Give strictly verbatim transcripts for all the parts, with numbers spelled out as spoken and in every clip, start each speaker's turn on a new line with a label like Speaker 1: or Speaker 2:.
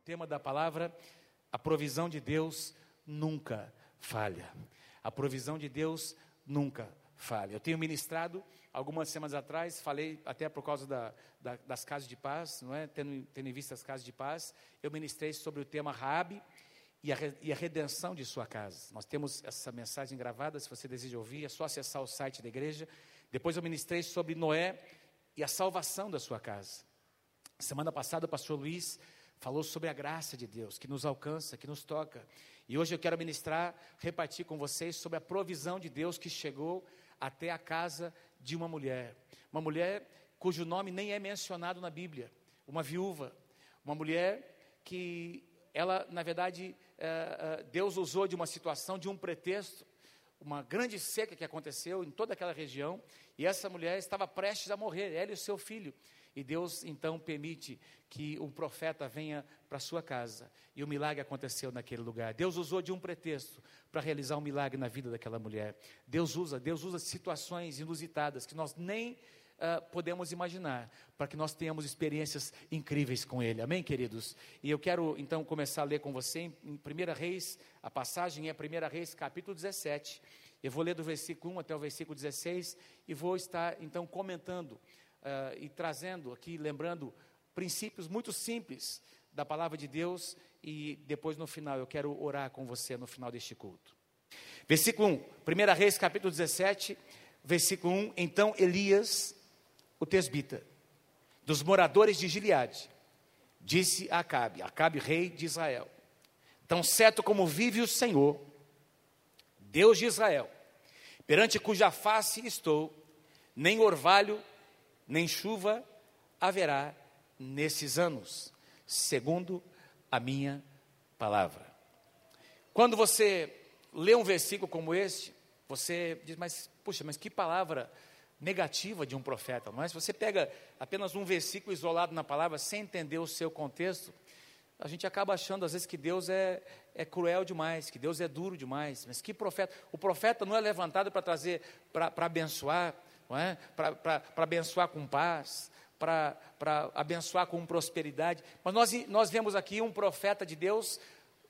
Speaker 1: tema da palavra, a provisão de Deus nunca falha. A provisão de Deus nunca falha. Eu tenho ministrado, algumas semanas atrás, falei até por causa da, da, das casas de paz, não é? tendo, tendo em vista as casas de paz, eu ministrei sobre o tema Raabe e a, e a redenção de sua casa. Nós temos essa mensagem gravada, se você deseja ouvir, é só acessar o site da igreja. Depois eu ministrei sobre Noé e a salvação da sua casa. Semana passada o pastor Luiz falou sobre a graça de Deus, que nos alcança, que nos toca. E hoje eu quero ministrar, repartir com vocês sobre a provisão de Deus que chegou até a casa de uma mulher. Uma mulher cujo nome nem é mencionado na Bíblia. Uma viúva. Uma mulher que, ela, na verdade, é, é, Deus usou de uma situação, de um pretexto, uma grande seca que aconteceu em toda aquela região. E essa mulher estava prestes a morrer, ela e o seu filho. E Deus, então, permite que um profeta venha para a sua casa. E o milagre aconteceu naquele lugar. Deus usou de um pretexto para realizar um milagre na vida daquela mulher. Deus usa, Deus usa situações inusitadas que nós nem uh, podemos imaginar, para que nós tenhamos experiências incríveis com Ele. Amém, queridos? E eu quero, então, começar a ler com você em, em primeira Reis, a passagem é primeira Reis, capítulo dezessete. Eu vou ler do versículo um até o versículo dezesseis e vou estar, então, comentando Uh, e trazendo aqui, lembrando princípios muito simples da palavra de Deus, e depois no final eu quero orar com você no final deste culto. Versículo um, primeira Reis capítulo dezessete, versículo um, então Elias, o tesbita, dos moradores de Gileade, disse a Acabe, Acabe rei de Israel, tão certo como vive o Senhor, Deus de Israel, perante cuja face estou, nem orvalho, nem chuva haverá nesses anos, segundo a minha palavra. Quando você lê um versículo como este, você diz, mas, puxa, mas que palavra negativa de um profeta, não é? Se você pega apenas um versículo isolado na palavra, sem entender o seu contexto, a gente acaba achando às vezes que Deus é, é cruel demais, que Deus é duro demais. Mas que profeta? O profeta não é levantado para trazer, para abençoar, não é? Para abençoar com paz, para abençoar com prosperidade. Mas nós, nós vemos aqui um profeta de Deus,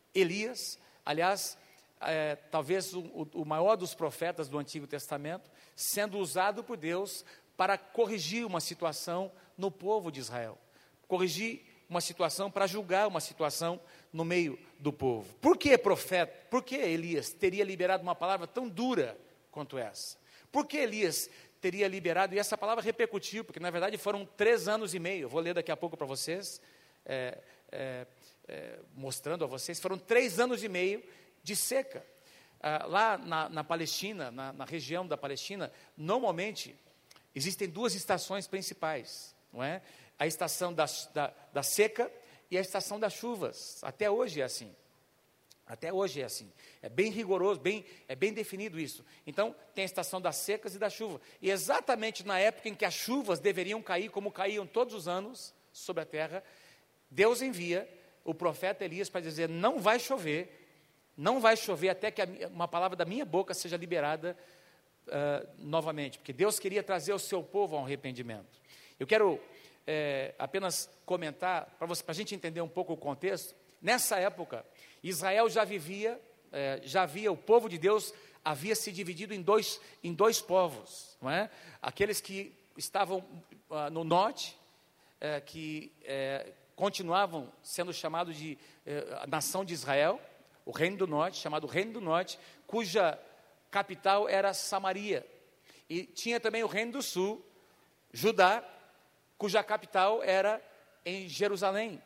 Speaker 1: Elias, aliás, é, talvez o, o maior dos profetas do Antigo Testamento, sendo usado por Deus para corrigir uma situação no povo de Israel, corrigir uma situação, para julgar uma situação no meio do povo. Por que profeta? Por que Elias teria liberado uma palavra tão dura quanto essa? Por que Elias teria liberado, e essa palavra repercutiu, porque na verdade foram três anos e meio, eu vou ler daqui a pouco para vocês, é, é, é, mostrando a vocês, foram três anos e meio de seca. Ah, lá na, na Palestina, na, na região da Palestina, normalmente existem duas estações principais, não é? A estação da, da, da seca e a estação das chuvas. Até hoje é assim. Até hoje é assim. É bem rigoroso, bem, é bem definido isso. Então, tem a estação das secas e da chuva. E exatamente na época em que as chuvas deveriam cair, como caíam todos os anos sobre a terra, Deus envia o profeta Elias para dizer, não vai chover, não vai chover até que a, uma palavra da minha boca seja liberada uh, novamente. Porque Deus queria trazer o seu povo ao arrependimento. Eu quero é, apenas comentar, para a gente entender um pouco o contexto. Nessa época, Israel já vivia, é, já havia, o povo de Deus havia se dividido em dois, em dois povos, não é? Aqueles que estavam ah, no norte, é, que é, continuavam sendo chamados de é, a nação de Israel, o reino do norte, chamado reino do norte, cuja capital era Samaria. E tinha também o reino do sul, Judá, cuja capital era em Jerusalém.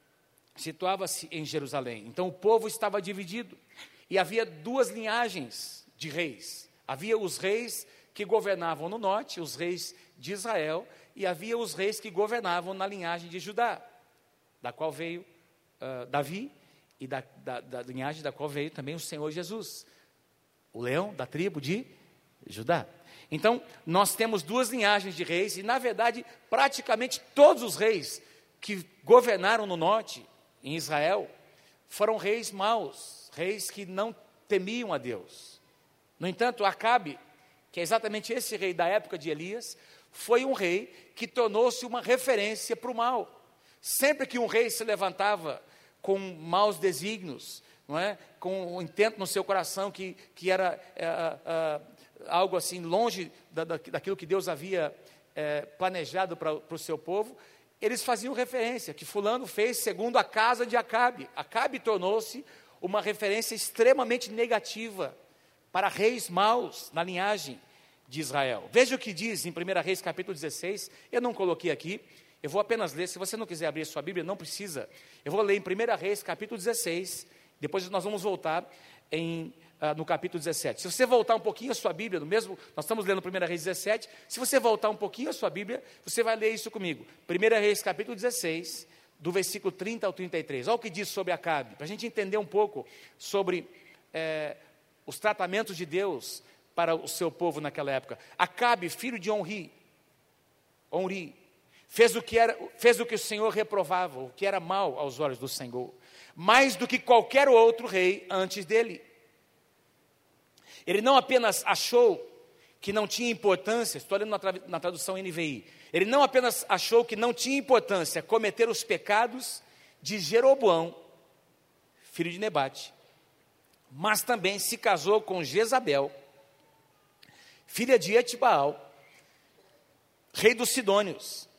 Speaker 1: Situava-se em Jerusalém. Então o povo estava dividido, e havia duas linhagens de reis. Havia os reis que governavam no norte, os reis de Israel, e havia os reis que governavam na linhagem de Judá, da qual veio uh, Davi, e da, da, da linhagem da qual veio também o Senhor Jesus, o leão da tribo de Judá. Então nós temos duas linhagens de reis, e na verdade praticamente todos os reis que governaram no norte, em Israel, foram reis maus, reis que não temiam a Deus. No entanto, Acabe, que é exatamente esse rei da época de Elias, foi um rei que tornou-se uma referência para o mal. Sempre que um rei se levantava com maus desígnios, não é? Com um intento no seu coração que, que era é, é, algo assim longe da, da, daquilo que Deus havia é, planejado para o seu povo, eles faziam referência, que fulano fez segundo a casa de Acabe. Acabe tornou-se uma referência extremamente negativa para reis maus na linhagem de Israel. Veja o que diz em primeira Reis capítulo dezesseis, eu não coloquei aqui, eu vou apenas ler, se você não quiser abrir sua Bíblia, não precisa, eu vou ler em primeira Reis capítulo dezesseis, depois nós vamos voltar em, uh, no capítulo dezessete. Se você voltar um pouquinho a sua Bíblia, no mesmo, nós estamos lendo primeira Reis dezessete, se você voltar um pouquinho a sua Bíblia, você vai ler isso comigo. primeira Reis capítulo dezesseis, do versículo trinta ao trinta e três, olha o que diz sobre Acabe, para a gente entender um pouco sobre é, os tratamentos de Deus para o seu povo naquela época. Acabe, filho de Onri, Onri, fez o que era, fez o que o Senhor reprovava, o que era mal aos olhos do Senhor, mais do que qualquer outro rei antes dele. Ele não apenas achou que não tinha importância, estou lendo na, tra, na tradução N V I, ele não apenas achou que não tinha importância cometer os pecados de Jeroboão, filho de Nebate, mas também se casou com Jezabel, filha de Etbaal, rei dos Sidônios,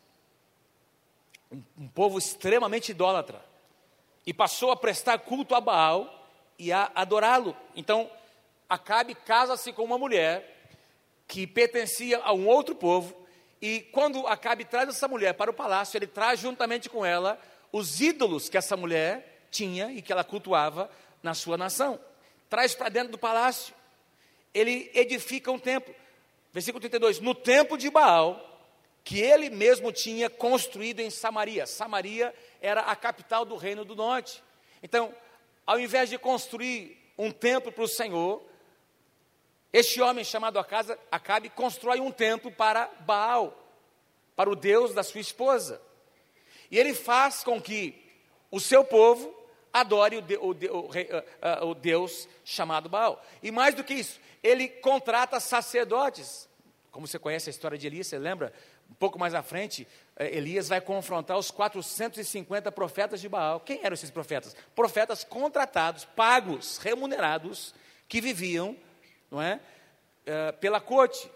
Speaker 1: um, um povo extremamente idólatra, e passou a prestar culto a Baal e a adorá-lo. Então, Acabe casa-se com uma mulher que pertencia a um outro povo, e quando Acabe traz essa mulher para o palácio, ele traz juntamente com ela os ídolos que essa mulher tinha e que ela cultuava na sua nação. Traz para dentro do palácio. Ele edifica um templo. Versículo trinta e dois, no templo de Baal, que ele mesmo tinha construído em Samaria. Samaria era a capital do reino do norte. Então, ao invés de construir um templo para o Senhor, este homem chamado Acabe constrói um templo para Baal, para o Deus da sua esposa. E ele faz com que o seu povo adore o, de, o, de, o, uh, uh, o Deus chamado Baal. E mais do que isso, ele contrata sacerdotes. Como você conhece a história de Elias, você lembra? Um pouco mais à frente, Elias vai confrontar os quatrocentos e cinquenta profetas de Baal. Quem eram esses profetas? Profetas contratados, pagos, remunerados, que viviam, não é, uh, pela corte.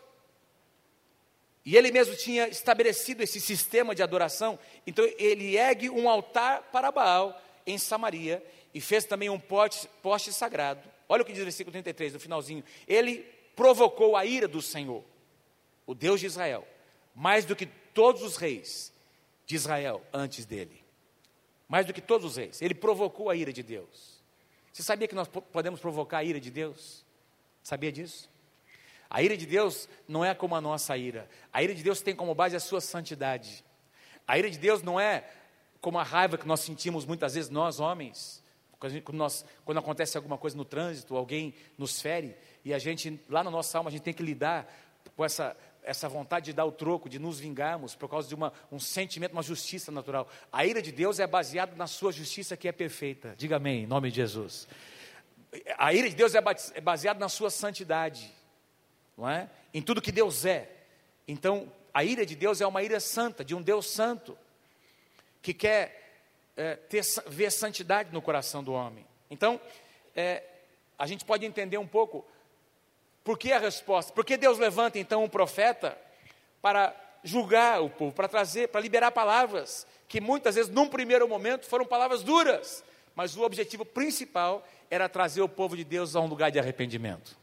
Speaker 1: E ele mesmo tinha estabelecido esse sistema de adoração. Então ele ergue um altar para Baal em Samaria e fez também um poste, poste sagrado. Olha o que diz o versículo trinta e três, no finalzinho. Ele provocou a ira do Senhor, o Deus de Israel, mais do que todos os reis de Israel antes dele. Mais do que todos os reis. Ele provocou a ira de Deus. Você sabia que nós podemos provocar a ira de Deus? Sabia disso? A ira de Deus não é como a nossa ira. A ira de Deus tem como base a sua santidade. A ira de Deus não é como a raiva que nós sentimos muitas vezes, nós homens, quando, nós, quando acontece alguma coisa no trânsito, alguém nos fere, e a gente, lá na nossa alma, a gente tem que lidar com essa, essa vontade de dar o troco, de nos vingarmos, por causa de uma, um sentimento, uma justiça natural. A ira de Deus é baseada na sua justiça que é perfeita. Diga amém, em nome de Jesus. A ira de Deus é baseada na sua santidade, não é? Em tudo que Deus é. Então, a ira de Deus é uma ira santa, de um Deus santo, que quer é, ter, ver santidade no coração do homem. Então, é, a gente pode entender um pouco por que a resposta, por que Deus levanta então um profeta para julgar o povo, para trazer, para liberar palavras, que muitas vezes, num primeiro momento, foram palavras duras, mas o objetivo principal era trazer o povo de Deus a um lugar de arrependimento.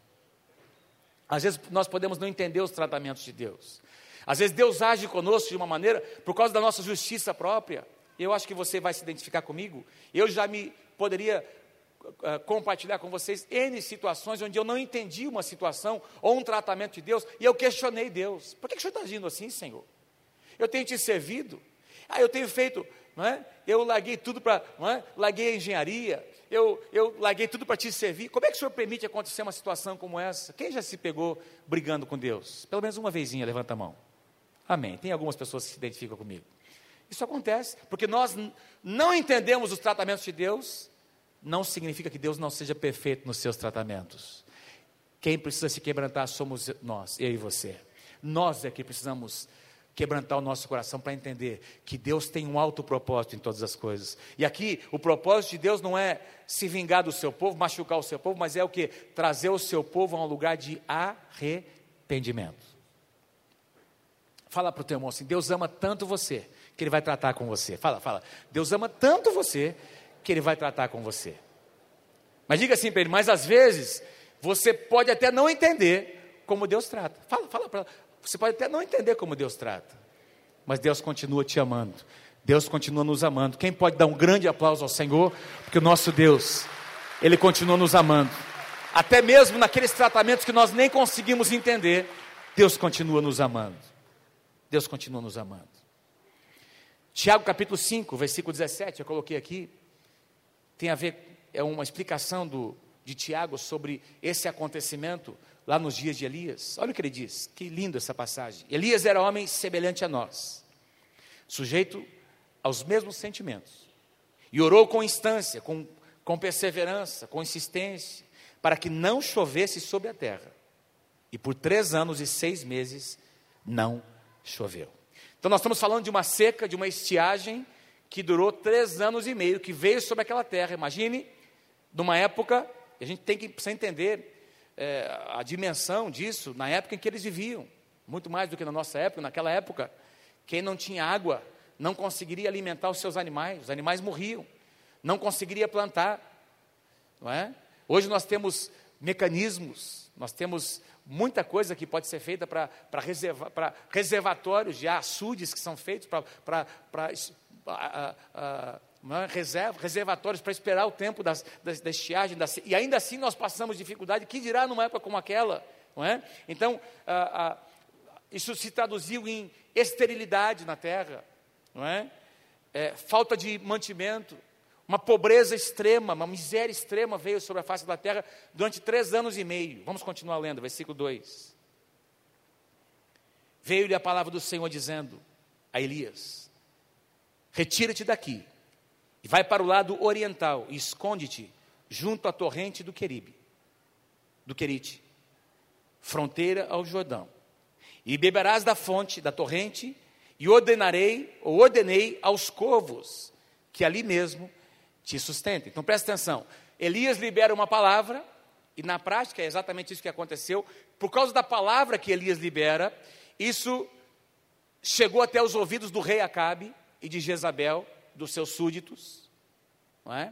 Speaker 1: Às vezes nós podemos não entender os tratamentos de Deus. Às vezes Deus age conosco de uma maneira por causa da nossa justiça própria. Eu acho que você vai se identificar comigo. Eu já me poderia uh, compartilhar com vocês N situações onde eu não entendi uma situação ou um tratamento de Deus e eu questionei Deus. Por que, que o Senhor está agindo assim, Senhor? Eu tenho te servido. Ah, eu tenho feito, não é? Eu larguei tudo para, não é? Larguei a engenharia. Eu, eu larguei tudo para te servir. Como é que o Senhor permite acontecer uma situação como essa? Quem já se pegou brigando com Deus? Pelo menos uma vezinha, levanta a mão. Amém. Tem algumas pessoas que se identificam comigo. Isso acontece, porque nós não entendemos os tratamentos de Deus, não significa que Deus não seja perfeito nos seus tratamentos. Quem precisa se quebrantar somos nós, eu e você. Nós é que precisamos quebrantar o nosso coração para entender que Deus tem um alto propósito em todas as coisas. E aqui, o propósito de Deus não é se vingar do seu povo, machucar o seu povo, mas é o que? Trazer o seu povo a um lugar de arrependimento. Fala para o teu irmão assim: Deus ama tanto você, que Ele vai tratar com você. Fala, fala. Deus ama tanto você, que Ele vai tratar com você. Mas diga assim para ele: mas às vezes, você pode até não entender como Deus trata. Fala, fala para ela. Você pode até não entender como Deus trata, mas Deus continua te amando. Deus continua nos amando. Quem pode dar um grande aplauso ao Senhor? Porque o nosso Deus, Ele continua nos amando. Até mesmo naqueles tratamentos que nós nem conseguimos entender, Deus continua nos amando. Deus continua nos amando. Tiago capítulo cinco, versículo dezessete, eu coloquei aqui. Tem a ver, é uma explicação do, de Tiago sobre esse acontecimento lá nos dias de Elias. Olha o que ele diz, que lindo essa passagem. Elias era homem semelhante a nós, sujeito aos mesmos sentimentos, e orou com instância, com, com perseverança, com insistência, para que não chovesse sobre a terra. E por três anos e seis meses não choveu. Então nós estamos falando de uma seca, de uma estiagem, que durou três anos e meio, que veio sobre aquela terra. Imagine, numa época, a gente tem que precisa entender é, a dimensão disso, na época em que eles viviam, muito mais do que na nossa época. Naquela época, quem não tinha água, não conseguiria alimentar os seus animais, os animais morriam, não conseguiria plantar, não é? Hoje nós temos mecanismos, nós temos muita coisa que pode ser feita para reserva, para reservatórios de açudes que são feitos para, para, para a, a, a, reserva, reservatórios para esperar o tempo das, das, da estiagem, da, e ainda assim nós passamos dificuldade, que dirá numa época como aquela, não é? Então, a, a, isso se traduziu em esterilidade na terra, não é? É, falta de mantimento, uma pobreza extrema, uma miséria extrema veio sobre a face da terra durante três anos e meio. Vamos continuar lendo, versículo dois. Veio-lhe a palavra do Senhor dizendo a Elias: retira-te daqui e vai para o lado oriental e esconde-te junto à torrente do Queribe, do Querite, fronteira ao Jordão, e beberás da fonte da torrente, e ordenarei, ou ordenei aos corvos que ali mesmo te sustentem. Então presta atenção, Elias libera uma palavra, e na prática é exatamente isso que aconteceu. Por causa da palavra que Elias libera, isso chegou até os ouvidos do rei Acabe e de Jezabel, dos seus súditos, não é?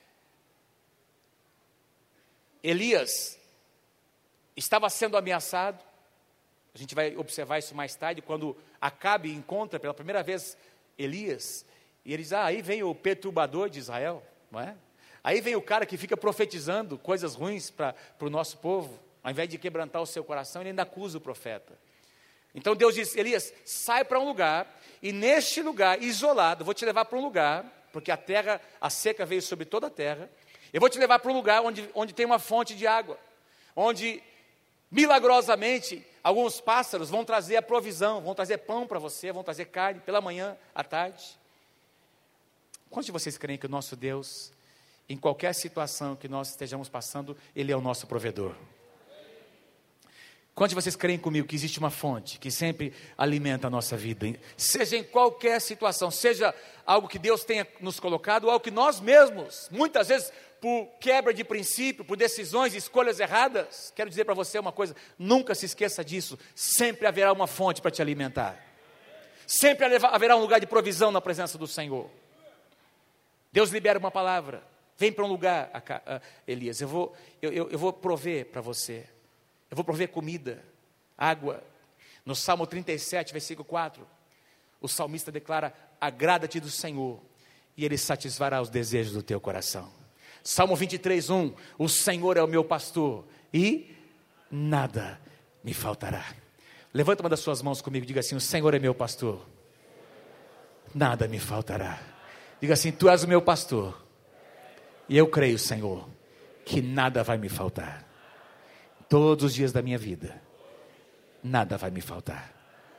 Speaker 1: Elias estava sendo ameaçado. A gente vai observar isso mais tarde, quando Acabe encontra pela primeira vez Elias, e ele diz: ah, aí vem o perturbador de Israel, não é? Aí vem o cara que fica profetizando coisas ruins para o nosso povo, ao invés de quebrantar o seu coração, ele ainda acusa o profeta. Então Deus diz: Elias, sai para um lugar, e neste lugar, isolado, vou te levar para um lugar, porque a terra, a seca veio sobre toda a terra, eu vou te levar para um lugar onde, onde tem uma fonte de água, onde milagrosamente alguns pássaros vão trazer a provisão, vão trazer pão para você, vão trazer carne pela manhã, à tarde. Quantos de vocês creem que o nosso Deus, em qualquer situação que nós estejamos passando, Ele é o nosso provedor? Quantos de vocês creem comigo que existe uma fonte que sempre alimenta a nossa vida, seja em qualquer situação, seja algo que Deus tenha nos colocado, ou algo que nós mesmos, muitas vezes por quebra de princípio, por decisões e escolhas erradas? Quero dizer para você uma coisa: nunca se esqueça disso, sempre haverá uma fonte para te alimentar, sempre haverá um lugar de provisão na presença do Senhor. Deus libera uma palavra: vem para um lugar, Elias, eu vou, eu, eu, eu vou prover para você, eu vou prover comida, água. No Salmo trinta e sete, versículo quatro, o salmista declara: agrada-te do Senhor, e Ele satisfará os desejos do teu coração. Salmo vinte e três, um, o Senhor é o meu pastor, e nada me faltará. Levanta uma das suas mãos comigo e diga assim: o Senhor é meu pastor, nada me faltará. Diga assim: tu és o meu pastor, e eu creio, Senhor, que nada vai me faltar. Todos os dias da minha vida, nada vai me faltar.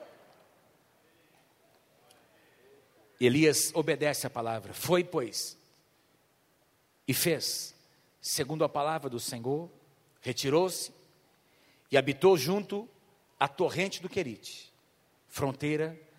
Speaker 1: Elias obedece a palavra. Foi, pois, e fez, segundo a palavra do Senhor, retirou-se e habitou junto à torrente do Querite, fronteira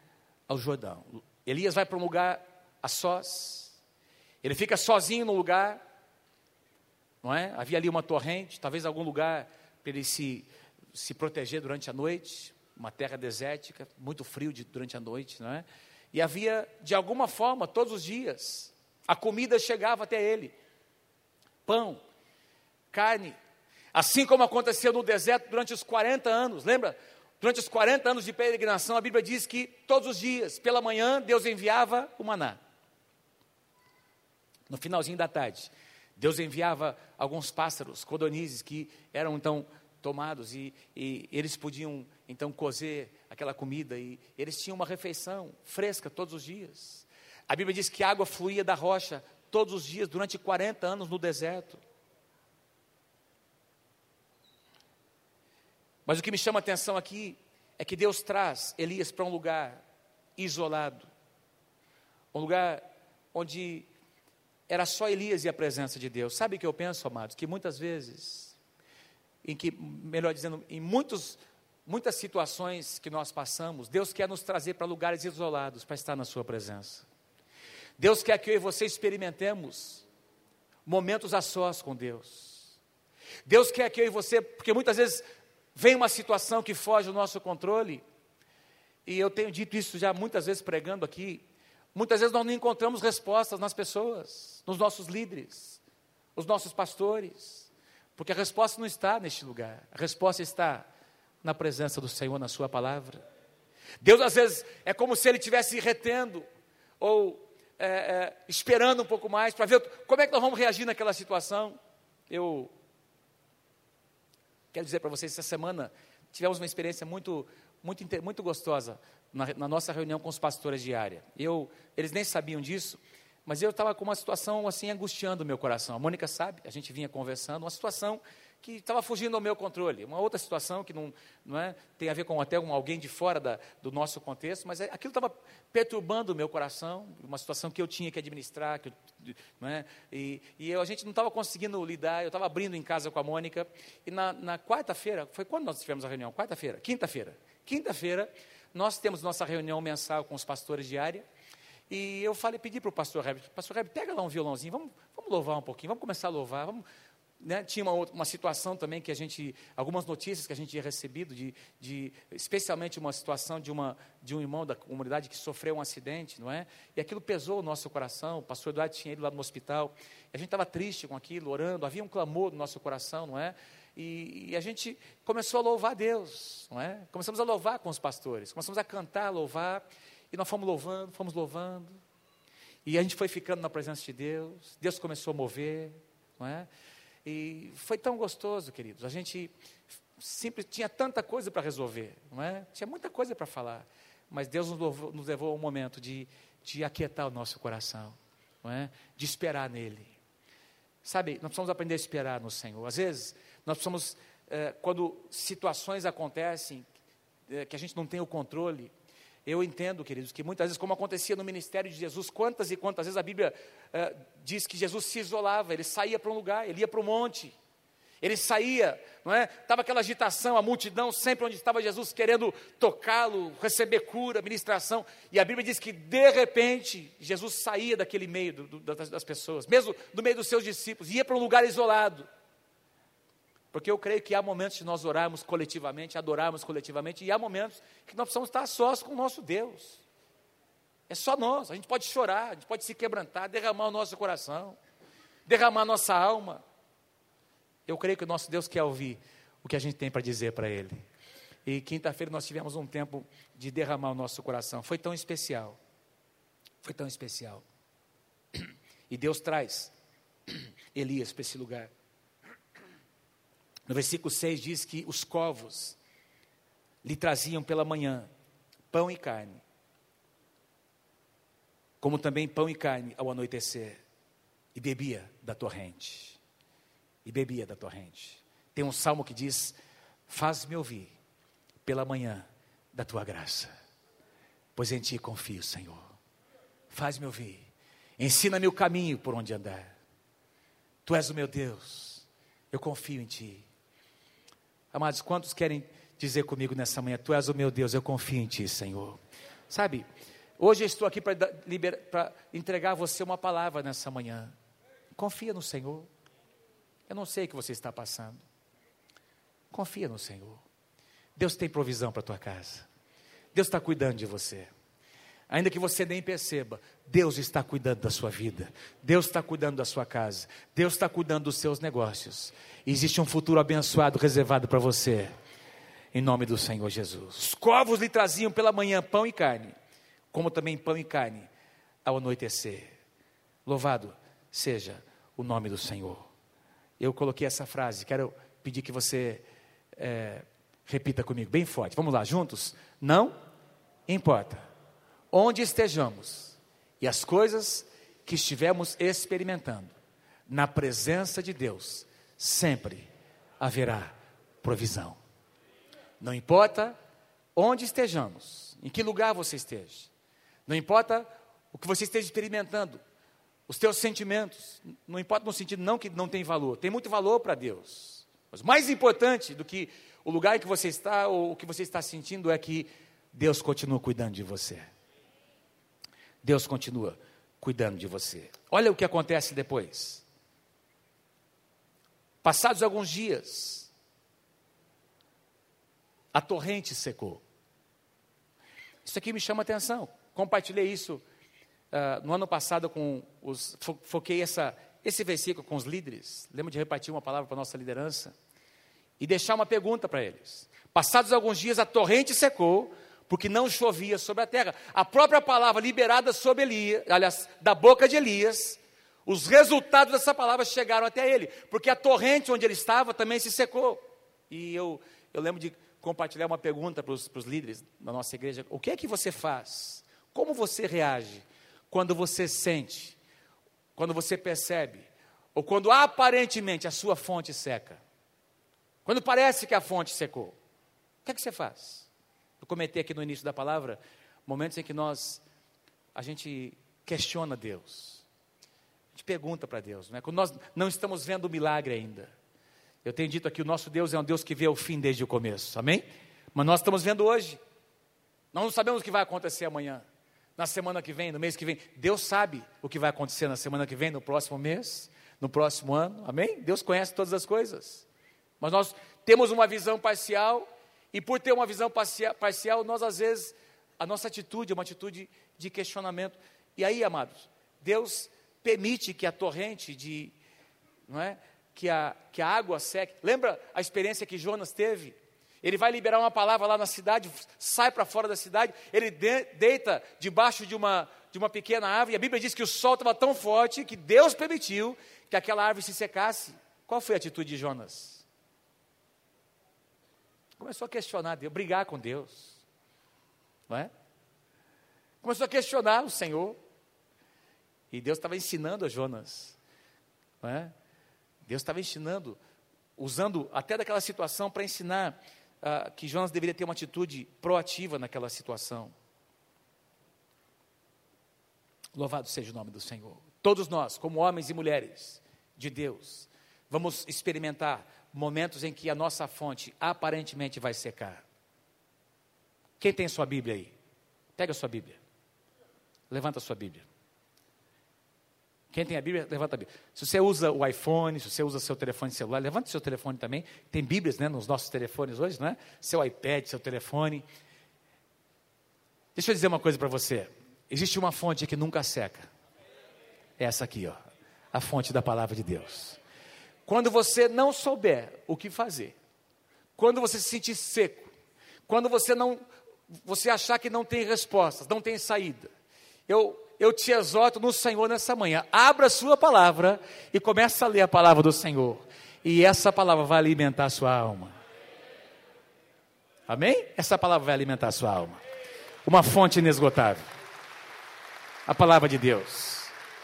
Speaker 1: ao Jordão. Elias vai para um lugar a sós, ele fica sozinho no lugar, não é? Havia ali uma torrente, talvez algum lugar para ele se, se proteger durante a noite, uma terra desértica, muito frio de, durante a noite, não é? E havia, de alguma forma, todos os dias, a comida chegava até ele, pão, carne, assim como aconteceu no deserto durante os quarenta anos, lembra? Durante os quarenta anos de peregrinação, a Bíblia diz que todos os dias, pela manhã, Deus enviava o maná. No finalzinho da tarde, Deus enviava alguns pássaros, codornizes, que eram então tomados e, e eles podiam então cozer aquela comida e eles tinham uma refeição fresca todos os dias. A Bíblia diz que a água fluía da rocha todos os dias, durante quarenta anos no deserto. Mas o que me chama a atenção aqui é que Deus traz Elias para um lugar isolado, um lugar onde era só Elias e a presença de Deus. Sabe o que eu penso, amados? Que muitas vezes, em que, melhor dizendo, em muitos, muitas situações que nós passamos, Deus quer nos trazer para lugares isolados, para estar na sua presença. Deus quer que eu e você experimentemos momentos a sós com Deus. Deus quer que eu e você, porque muitas vezes vem uma situação que foge do nosso controle, e eu tenho dito isso já muitas vezes pregando aqui, muitas vezes nós não encontramos respostas nas pessoas, nos nossos líderes, os nossos pastores, porque a resposta não está neste lugar, a resposta está na presença do Senhor, na sua palavra. Deus às vezes é como se Ele estivesse retendo, ou é, é, esperando um pouco mais, para ver como é que nós vamos reagir naquela situação. Eu quero dizer para vocês, essa semana tivemos uma experiência muito, muito, muito gostosa na, na nossa reunião com os pastores diária. Eu, eles nem sabiam disso, mas eu estava com uma situação assim angustiando o meu coração. A Mônica sabe, a gente vinha conversando, uma situação que estava fugindo ao meu controle, uma outra situação que não, não é, tem a ver com até com alguém de fora da, do nosso contexto, mas aquilo estava perturbando o meu coração, uma situação que eu tinha que administrar, que eu, não é, e, e eu, a gente não estava conseguindo lidar, eu estava abrindo em casa com a Mônica, e na, na quarta-feira, foi quando nós tivemos a reunião? Quarta-feira? Quinta-feira. Quinta-feira, nós temos nossa reunião mensal com os pastores diária, e eu falei, pedi para o pastor Herbert, pastor Herbert, pega lá um violãozinho, vamos, vamos louvar um pouquinho, vamos começar a louvar, vamos... Né, tinha uma, outra, uma situação também que a gente, algumas notícias que a gente tinha recebido, de, de, especialmente uma situação de, uma, de um irmão da comunidade que sofreu um acidente, não é? E aquilo pesou o nosso coração, o pastor Eduardo tinha ido lá no hospital, a gente estava triste com aquilo, orando, havia um clamor no nosso coração, não é? E, e a gente começou a louvar a Deus, não é? Começamos a louvar com os pastores, começamos a cantar, louvar, e nós fomos louvando, fomos louvando, e a gente foi ficando na presença de Deus, Deus começou a mover, não é? E foi tão gostoso, queridos, a gente sempre tinha tanta coisa para resolver, não é? Tinha muita coisa para falar, mas Deus nos levou, nos levou a um momento de, de aquietar o nosso coração, não é? De esperar nele. Sabe, nós precisamos aprender a esperar no Senhor. Às vezes, nós precisamos, eh, quando situações acontecem, eh, que a gente não tem o controle, eu entendo, queridos, que muitas vezes, como acontecia no ministério de Jesus, quantas e quantas vezes a Bíblia uh, diz que Jesus se isolava, ele saía para um lugar, ele ia para o monte, ele saía, não é? Estava aquela agitação, a multidão, sempre onde estava Jesus, querendo tocá-lo, receber cura, ministração, e a Bíblia diz que, de repente, Jesus saía daquele meio do, do, das, das pessoas, mesmo do meio dos seus discípulos, ia para um lugar isolado, porque eu creio que há momentos de nós orarmos coletivamente, adorarmos coletivamente, e há momentos que nós precisamos estar sós com o nosso Deus. É só nós, a gente pode chorar, a gente pode se quebrantar, derramar o nosso coração, derramar a nossa alma. Eu creio que o nosso Deus quer ouvir o que a gente tem para dizer para Ele. E quinta-feira nós tivemos um tempo de derramar o nosso coração, foi tão especial, foi tão especial. E Deus traz Elias para esse lugar. No versículo seis diz que os corvos lhe traziam pela manhã pão e carne, como também pão e carne ao anoitecer, e bebia da torrente, e bebia da torrente. Tem um salmo que diz, faz-me ouvir pela manhã da tua graça, pois em ti confio, Senhor. Faz-me ouvir, ensina-me o caminho por onde andar, tu és o meu Deus, eu confio em ti. Amados, quantos querem dizer comigo nessa manhã, tu és o meu Deus, eu confio em ti, Senhor? Sabe, Hoje eu estou aqui para entregar a você uma palavra nessa manhã. Confia no Senhor. Eu não sei o que você está passando. Confia no Senhor. Deus tem provisão para a tua casa. Deus está cuidando de você. Ainda que você nem perceba, Deus está cuidando da sua vida. Deus está cuidando da sua casa. Deus está cuidando dos seus negócios. Existe um futuro abençoado reservado para você. Em nome do Senhor Jesus. Os corvos lhe traziam pela manhã pão e carne, como também pão e carne ao anoitecer. Louvado seja o nome do Senhor. Eu coloquei essa frase, quero pedir que você é, repita comigo, bem forte. Vamos lá, juntos? Não importa onde estejamos e as coisas que estivermos experimentando, na presença de Deus, sempre haverá provisão. Não importa onde estejamos, em que lugar você esteja, não importa o que você esteja experimentando, os teus sentimentos, não importa no sentido não que não tem valor, tem muito valor para Deus, mas mais importante do que o lugar em que você está ou o que você está sentindo é que Deus continua cuidando de você. Deus continua cuidando de você. Olha o que acontece depois. Passados alguns dias, a torrente secou. Isso aqui me chama a atenção. Compartilhei isso uh, no ano passado com os... Fo, foquei essa, esse versículo com os líderes. Lembro de repartir uma palavra para a nossa liderança. E deixar uma pergunta para eles. Passados alguns dias, a torrente secou, porque não chovia sobre a terra. A própria palavra liberada sobre Elias, aliás, da boca de Elias, os resultados dessa palavra chegaram até ele, porque a torrente onde ele estava também se secou. E eu, eu lembro de compartilhar uma pergunta para os, para os líderes da nossa igreja: o que é que você faz? Como você reage quando você sente, quando você percebe, ou quando aparentemente a sua fonte seca? Quando parece que a fonte secou, o que é que você faz? Eu comentei aqui no início da palavra, momentos em que nós, a gente questiona Deus, a gente pergunta para Deus, né? Quando nós não estamos vendo o milagre ainda. Eu tenho dito aqui, o nosso Deus é um Deus que vê o fim desde o começo, amém? Mas nós estamos vendo hoje, nós não sabemos o que vai acontecer amanhã, na semana que vem, no mês que vem. Deus sabe o que vai acontecer na semana que vem, no próximo mês, no próximo ano, amém? Deus conhece todas as coisas, mas nós temos uma visão parcial. E por ter uma visão parcial, nós às vezes, a nossa atitude é uma atitude de questionamento. E aí, amados, Deus permite que a torrente de, não é, que a, que a água seque. Lembra a experiência que Jonas teve? Ele vai liberar uma palavra lá na cidade, sai para fora da cidade, ele de, deita debaixo de uma, de uma pequena árvore, e a Bíblia diz que o sol estava tão forte que Deus permitiu que aquela árvore se secasse. Qual foi a atitude de Jonas? Começou a questionar Deus, brigar com Deus, não é? Começou a questionar o Senhor, e Deus estava ensinando a Jonas, não é? Deus estava ensinando, usando até daquela situação para ensinar uh, que Jonas deveria ter uma atitude proativa naquela situação. Louvado seja o nome do Senhor. Todos nós, como homens e mulheres de Deus, vamos experimentar momentos em que a nossa fonte aparentemente vai secar. Quem tem sua Bíblia aí? Pega a sua Bíblia. Levanta a sua Bíblia. Quem tem a Bíblia, levanta a Bíblia. Se você usa o iPhone, se você usa seu telefone celular, levanta o seu telefone também. Tem Bíblias, né, nos nossos telefones hoje, não é? Seu iPad, seu telefone. Deixa eu dizer uma coisa para você. Existe uma fonte que nunca seca. É essa aqui, ó. A fonte da palavra de Deus. Quando você não souber o que fazer, quando você se sentir seco, quando você não, você achar que não tem respostas, não tem saída, eu, eu te exorto no Senhor nessa manhã, abra a sua palavra e comece a ler a palavra do Senhor, e essa palavra vai alimentar a sua alma, amém? Essa palavra vai alimentar a sua alma, uma fonte inesgotável, a palavra de Deus.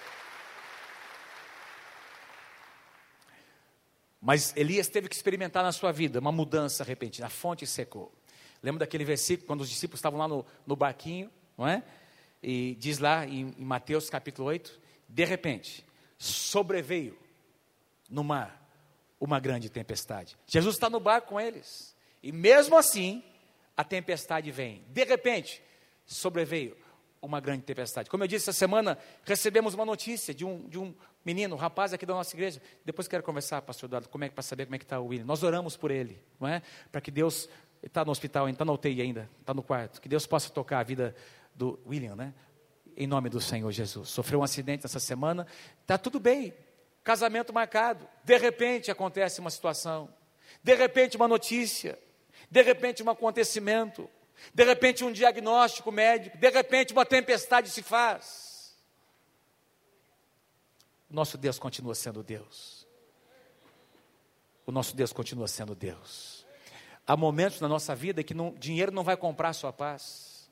Speaker 1: Mas Elias teve que experimentar na sua vida uma mudança repentina. A fonte secou. Lembra daquele versículo, quando os discípulos estavam lá no, no barquinho, não é? E diz lá em, em Mateus capítulo oito, de repente, sobreveio no mar uma grande tempestade. Jesus está no barco com eles. E mesmo assim, a tempestade vem. De repente, sobreveio uma grande tempestade. Como eu disse, essa semana recebemos uma notícia de um, de um menino, um rapaz aqui da nossa igreja. Depois quero conversar, pastor Eduardo, como é, para saber como é que está o William. Nós oramos por ele, não é? Para que Deus, ele está no hospital, está na U T I ainda, está no quarto, que Deus possa tocar a vida do William, né? Em nome do Senhor Jesus. Sofreu um acidente essa semana, está tudo bem, casamento marcado, de repente acontece uma situação, de repente uma notícia, de repente um acontecimento, de repente um diagnóstico médico, de repente uma tempestade se faz. O nosso Deus continua sendo Deus. O nosso Deus continua sendo Deus. Há momentos na nossa vida que não, dinheiro não vai comprar a sua paz.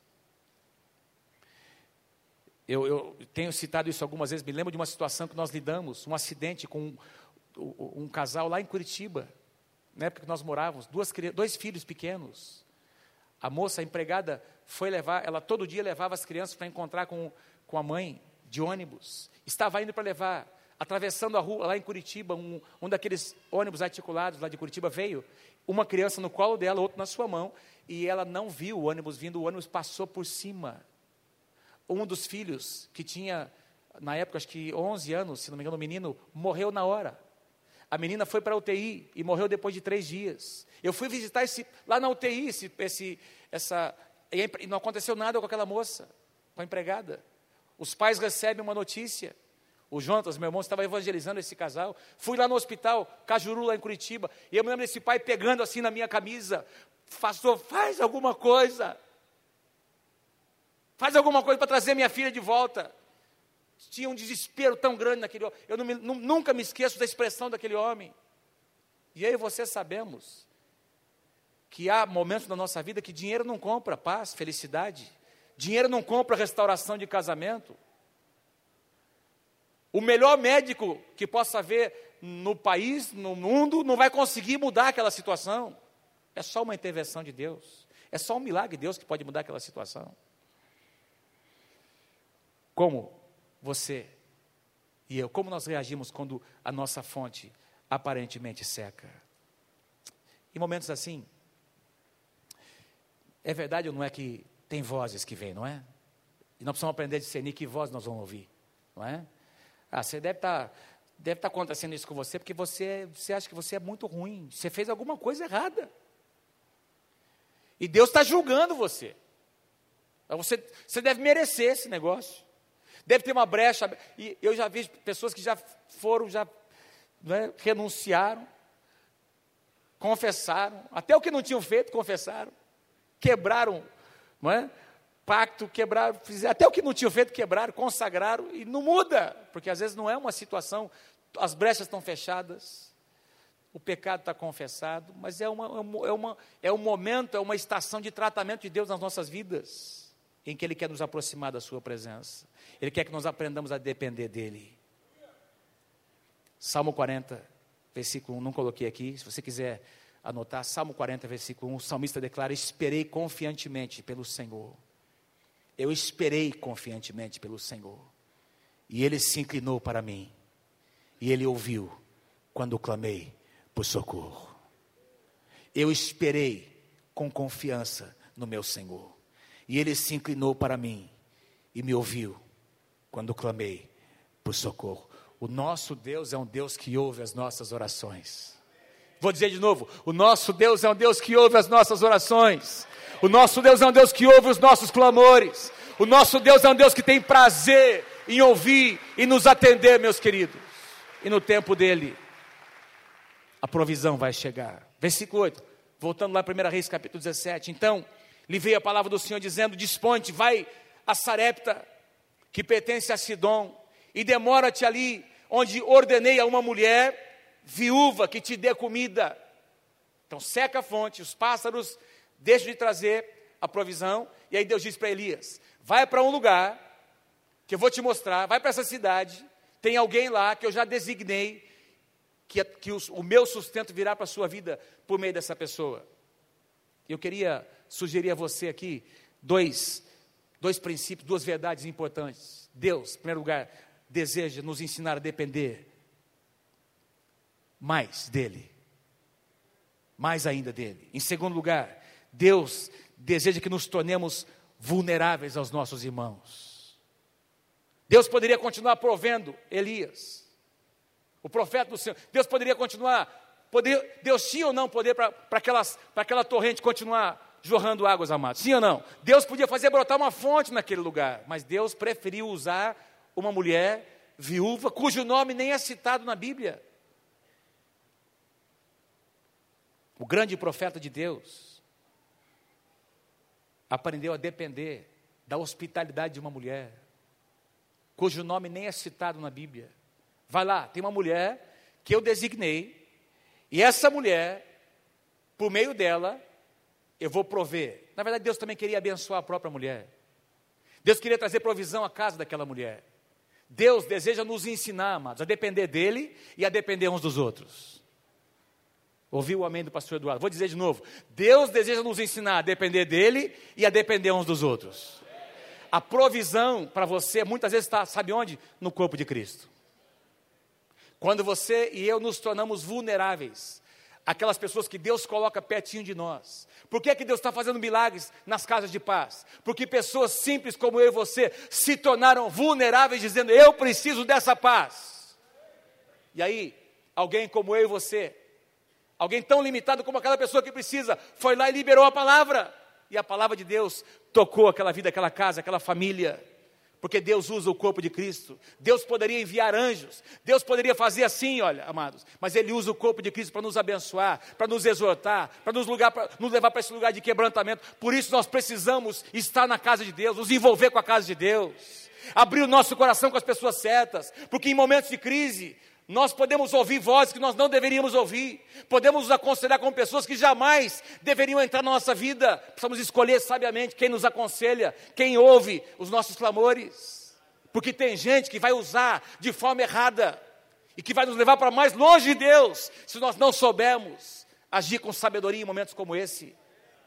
Speaker 1: Eu, eu tenho citado isso algumas vezes, me lembro de uma situação que nós lidamos, um acidente com um, um casal lá em Curitiba, na época que nós morávamos, duas, dois filhos pequenos. A moça, a empregada, foi levar, ela todo dia levava as crianças para encontrar com, com a mãe, de ônibus. Estava indo para levar, atravessando a rua, lá em Curitiba, um, um daqueles ônibus articulados lá de Curitiba veio, uma criança no colo dela, outra na sua mão, e ela não viu o ônibus vindo, o ônibus passou por cima. Um dos filhos, que tinha, na época, acho que onze anos, se não me engano, o menino, morreu na hora. A menina foi para a U T I e morreu depois de três dias. Eu fui visitar esse, lá na U T I, esse, esse, essa, e não aconteceu nada com aquela moça, com a empregada. Os pais recebem uma notícia. O Jonas, meu irmão, estava evangelizando esse casal. Fui lá no hospital, Cajuru, lá em Curitiba, e eu me lembro desse pai pegando assim na minha camisa. Pastor, faz alguma coisa. Faz alguma coisa para trazer minha filha de volta. Tinha um desespero tão grande naquele homem. Eu não me, não, nunca me esqueço da expressão daquele homem. E eu e você sabemos que há momentos na nossa vida que dinheiro não compra paz, felicidade. Dinheiro não compra restauração de casamento. O melhor médico que possa haver no país, no mundo, não vai conseguir mudar aquela situação. É só uma intervenção de Deus. É só um milagre de Deus que pode mudar aquela situação. Como você e eu, como nós reagimos quando a nossa fonte aparentemente seca? Em momentos assim, é verdade ou não é que tem vozes que vêm, não é? E nós precisamos aprender a discernir que voz nós vamos ouvir, não é? Ah, você deve estar, deve estar acontecendo isso com você, porque você, você acha que você é muito ruim, você fez alguma coisa errada. E Deus está julgando você. Você, você deve merecer esse negócio. Deve ter uma brecha, e eu já vi pessoas que já foram, já né, renunciaram, confessaram, até o que não tinham feito, confessaram, quebraram, não é? Pacto, quebraram, fizeram, até o que não tinham feito, quebraram, consagraram, e não muda, porque às vezes não é uma situação, as brechas estão fechadas, o pecado está confessado, mas é, uma, é, uma, é um momento, é uma estação de tratamento de Deus nas nossas vidas, em que Ele quer nos aproximar da sua presença. Ele quer que nós aprendamos a depender dEle. Salmo quarenta, versículo um, não coloquei aqui, se você quiser anotar, Salmo quarenta, versículo um, o salmista declara, esperei confiantemente pelo Senhor. Eu esperei confiantemente pelo Senhor, e Ele se inclinou para mim, e Ele ouviu, quando clamei por socorro. Eu esperei com confiança no meu Senhor, e Ele se inclinou para mim e me ouviu quando clamei por socorro. O nosso Deus é um Deus que ouve as nossas orações. Vou dizer de novo, o nosso Deus é um Deus que ouve as nossas orações. O nosso Deus é um Deus que ouve os nossos clamores. O nosso Deus é um Deus que tem prazer em ouvir e nos atender, meus queridos. E no tempo dele, a provisão vai chegar. Versículo oito, voltando lá a primeira Reis, capítulo dezessete. Então, lhe veio a palavra do Senhor dizendo, desponte, vai a Sarepta, que pertence a Sidom, e demora-te ali, onde ordenei a uma mulher viúva que te dê comida. Então seca a fonte, os pássaros deixam de trazer a provisão, e aí Deus diz para Elias, vai para um lugar, que eu vou te mostrar, vai para essa cidade, tem alguém lá que eu já designei, que, que os, o meu sustento virá para a sua vida, por meio dessa pessoa. Eu queria sugerir a você aqui, dois, dois princípios, duas verdades importantes. Deus, em primeiro lugar, deseja nos ensinar a depender mais dEle, mais ainda dEle. Em segundo lugar, Deus deseja que nos tornemos vulneráveis aos nossos irmãos. Deus poderia continuar provendo Elias, o profeta do Senhor. Deus poderia continuar, poderia, Deus tinha ou não poder para aquela torrente continuar jorrando águas, amados? Sim ou não? Deus podia fazer brotar uma fonte naquele lugar, mas Deus preferiu usar uma mulher viúva, cujo nome nem é citado na Bíblia. O grande profeta de Deus aprendeu a depender da hospitalidade de uma mulher, cujo nome nem é citado na Bíblia. Vai lá, tem uma mulher que eu designei, e essa mulher, por meio dela, eu vou prover. Na verdade, Deus também queria abençoar a própria mulher. Deus queria trazer provisão à casa daquela mulher. Deus deseja nos ensinar, amados, a depender dEle e a depender uns dos outros. Ouviu o amém do pastor Eduardo? Vou dizer de novo. Deus deseja nos ensinar a depender dEle e a depender uns dos outros. A provisão para você, muitas vezes está, sabe onde? No corpo de Cristo. Quando você e eu nos tornamos vulneráveis, aquelas pessoas que Deus coloca pertinho de nós. Por que é que Deus está fazendo milagres nas casas de paz? Porque pessoas simples como eu e você se tornaram vulneráveis, dizendo, eu preciso dessa paz. E aí, alguém como eu e você, alguém tão limitado como aquela pessoa que precisa, foi lá e liberou a palavra. E a palavra de Deus tocou aquela vida, aquela casa, aquela família. Porque Deus usa o corpo de Cristo. Deus poderia enviar anjos. Deus poderia fazer assim, olha, amados. Mas Ele usa o corpo de Cristo para nos abençoar, para nos exortar, para nos, lugar, para nos levar para esse lugar de quebrantamento. Por isso nós precisamos estar na casa de Deus, nos envolver com a casa de Deus. Abrir o nosso coração com as pessoas certas. Porque em momentos de crise, nós podemos ouvir vozes que nós não deveríamos ouvir. Podemos nos aconselhar com pessoas que jamais deveriam entrar na nossa vida. Precisamos escolher sabiamente quem nos aconselha, quem ouve os nossos clamores. Porque tem gente que vai usar de forma errada e que vai nos levar para mais longe de Deus, se nós não soubermos agir com sabedoria em momentos como esse.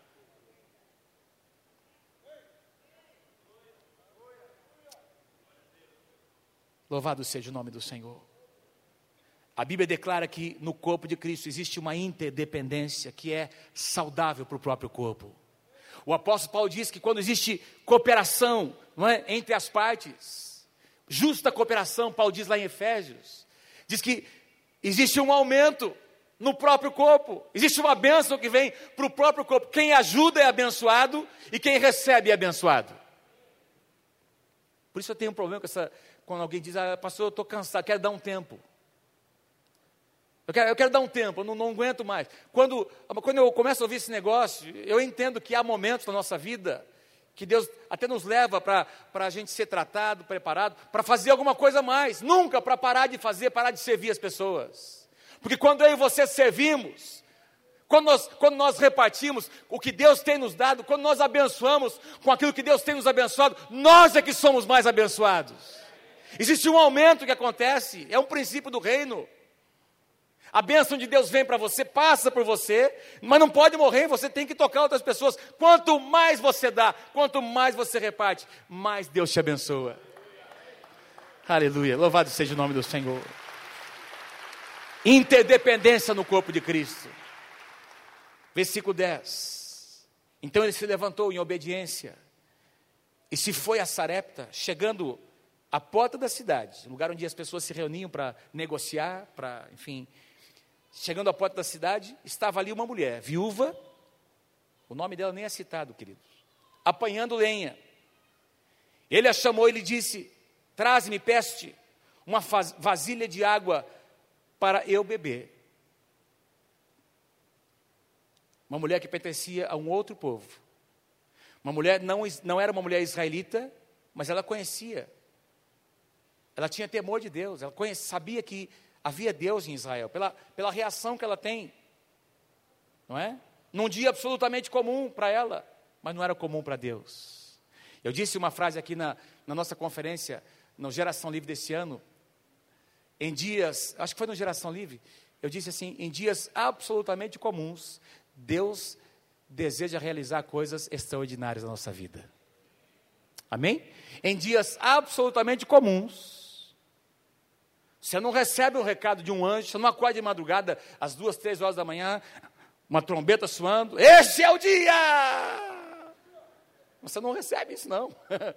Speaker 1: Louvado seja o nome do Senhor. A Bíblia declara que no corpo de Cristo existe uma interdependência que é saudável para o próprio corpo. O apóstolo Paulo diz que quando existe cooperação, não é, entre as partes, justa cooperação, Paulo diz lá em Efésios, diz que existe um aumento no próprio corpo, existe uma bênção que vem para o próprio corpo. Quem ajuda é abençoado e quem recebe é abençoado. Por isso eu tenho um problema com essa, quando alguém diz, ah, pastor, eu estou cansado, quero dar um tempo. Eu quero, eu quero dar um tempo, eu não, não aguento mais. Quando, quando eu começo a ouvir esse negócio, eu entendo que há momentos na nossa vida que Deus até nos leva para a gente ser tratado, preparado, para fazer alguma coisa a mais. Nunca para parar de fazer, parar de servir as pessoas. Porque quando eu e você servimos, quando nós, quando nós repartimos o que Deus tem nos dado, quando nós abençoamos com aquilo que Deus tem nos abençoado, nós é que somos mais abençoados. Existe um aumento que acontece, é um princípio do reino. A bênção de Deus vem para você, passa por você, mas não pode morrer, você tem que tocar outras pessoas. Quanto mais você dá, quanto mais você reparte, mais Deus te abençoa. Aleluia, louvado seja o nome do Senhor. Interdependência no corpo de Cristo. Versículo dez. Então ele se levantou em obediência e se foi a Sarepta, chegando à porta da cidade, lugar onde as pessoas se reuniam para negociar, para, enfim... Chegando à porta da cidade, estava ali uma mulher, viúva, o nome dela nem é citado, queridos, apanhando lenha. Ele a chamou e lhe disse, traze-me, peço-te, uma vasilha de água para eu beber. Uma mulher que pertencia a um outro povo. Uma mulher, não, não era uma mulher israelita, mas ela conhecia. Ela tinha temor de Deus, ela conhecia, sabia que havia Deus em Israel, pela, pela reação que ela tem, não é? Num dia absolutamente comum para ela, mas não era comum para Deus. Eu disse uma frase aqui na, na nossa conferência, no Geração Livre desse ano, em dias, acho que foi no Geração Livre, eu disse assim, em dias absolutamente comuns, Deus deseja realizar coisas extraordinárias na nossa vida. Amém? Em dias absolutamente comuns, você não recebe um recado de um anjo, você não acorda de madrugada, às duas, três horas da manhã, uma trombeta soando, este é o dia! Você não recebe isso, não.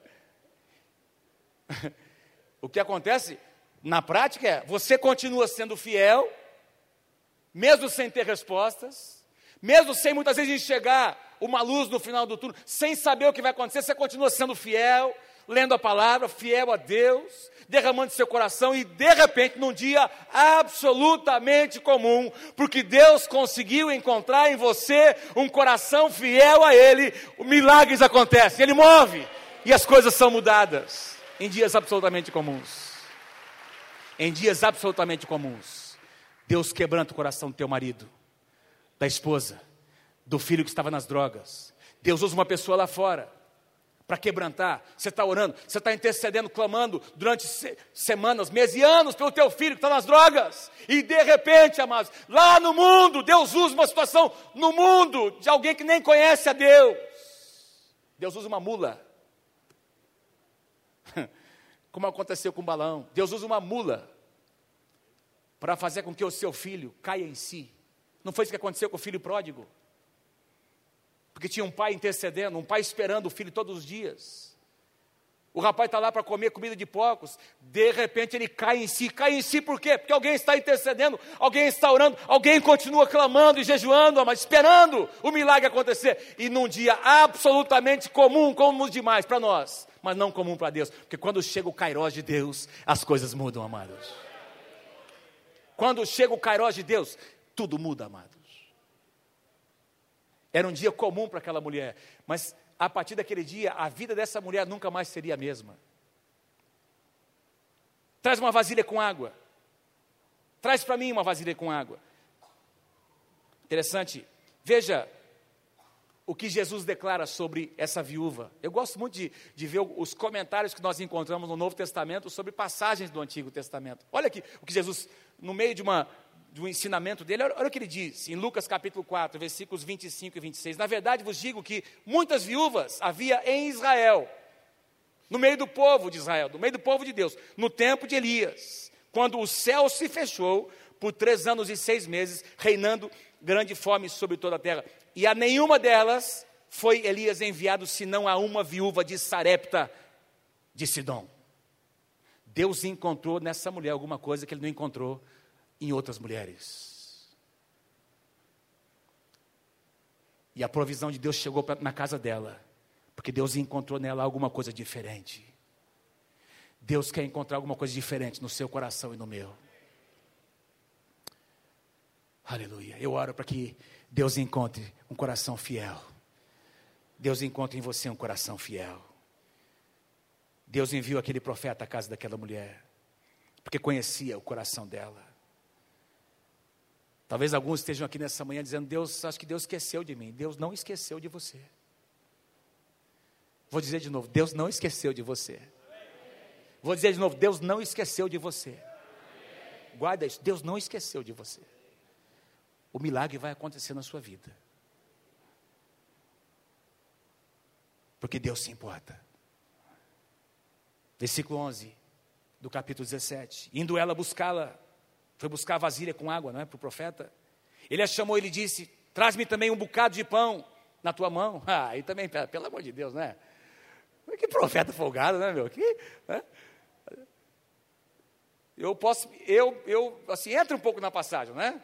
Speaker 1: O que acontece na prática é, você continua sendo fiel, mesmo sem ter respostas, mesmo sem muitas vezes enxergar uma luz no final do túnel, sem saber o que vai acontecer, você continua sendo fiel, lendo a palavra, fiel a Deus, derramando seu coração, e de repente, num dia absolutamente comum, porque Deus conseguiu encontrar em você um coração fiel a Ele, milagres acontecem, Ele move, e as coisas são mudadas, em dias absolutamente comuns, em dias absolutamente comuns, Deus quebranta o coração do teu marido, da esposa, do filho que estava nas drogas. Deus usa uma pessoa lá fora para quebrantar. Você está orando, você está intercedendo, clamando durante se, semanas, meses e anos pelo teu filho que está nas drogas. E de repente, amados, lá no mundo, Deus usa uma situação no mundo de alguém que nem conhece a Deus. Deus usa uma mula. Como aconteceu com o Balaão. Deus usa uma mula para fazer com que o seu filho caia em si. Não foi isso que aconteceu com o filho pródigo? Porque tinha um pai intercedendo, um pai esperando o filho todos os dias. O rapaz está lá para comer comida de porcos, de repente ele cai em si. Cai em si por quê? Porque alguém está intercedendo, alguém está orando, alguém continua clamando e jejuando, mas esperando o milagre acontecer. E num dia absolutamente comum, comum demais para nós, mas não comum para Deus. Porque quando chega o kairós de Deus, as coisas mudam, amados. Quando chega o kairós de Deus, tudo muda, amados. Era um dia comum para aquela mulher, mas a partir daquele dia, a vida dessa mulher nunca mais seria a mesma. Traz uma vasilha com água. Traz para mim uma vasilha com água. Interessante. Veja o que Jesus declara sobre essa viúva. Eu gosto muito de, de ver os comentários que nós encontramos no Novo Testamento sobre passagens do Antigo Testamento. Olha aqui o que Jesus, no meio de uma... do ensinamento dele, olha o que ele diz em Lucas capítulo quatro, versículos vinte e cinco e vinte e seis. Na verdade vos digo que muitas viúvas havia em Israel, no meio do povo de Israel, no meio do povo de Deus, no tempo de Elias, quando o céu se fechou por três anos e seis meses, reinando grande fome sobre toda a terra. E a nenhuma delas foi Elias enviado, senão a uma viúva de Sarepta de Sidom. Deus encontrou nessa mulher alguma coisa que ele não encontrou em outras mulheres. E a provisão de Deus chegou pra, na casa dela, porque Deus encontrou nela alguma coisa diferente. Deus quer encontrar alguma coisa diferente no seu coração e no meu. Aleluia. Eu oro para que Deus encontre um coração fiel. Deus encontre em você um coração fiel. Deus enviou aquele profeta à casa daquela mulher, porque conhecia o coração dela. Talvez alguns estejam aqui nessa manhã dizendo, Deus, acho que Deus esqueceu de mim. Deus não esqueceu de você. Vou dizer de novo, Deus não esqueceu de você. Vou dizer de novo, Deus não esqueceu de você. Guarda isso, Deus não esqueceu de você. O milagre vai acontecer na sua vida. Porque Deus se importa. Versículo onze do capítulo dezessete. Indo ela buscá-la, foi buscar a vasilha com água, não é, para o profeta. Ele a chamou e lhe disse, traz-me também um bocado de pão na tua mão. Ah, aí também, pelo amor de Deus, né? Que profeta folgado, né, meu? Que, né? Eu posso, eu, eu, assim, entra um pouco na passagem, né?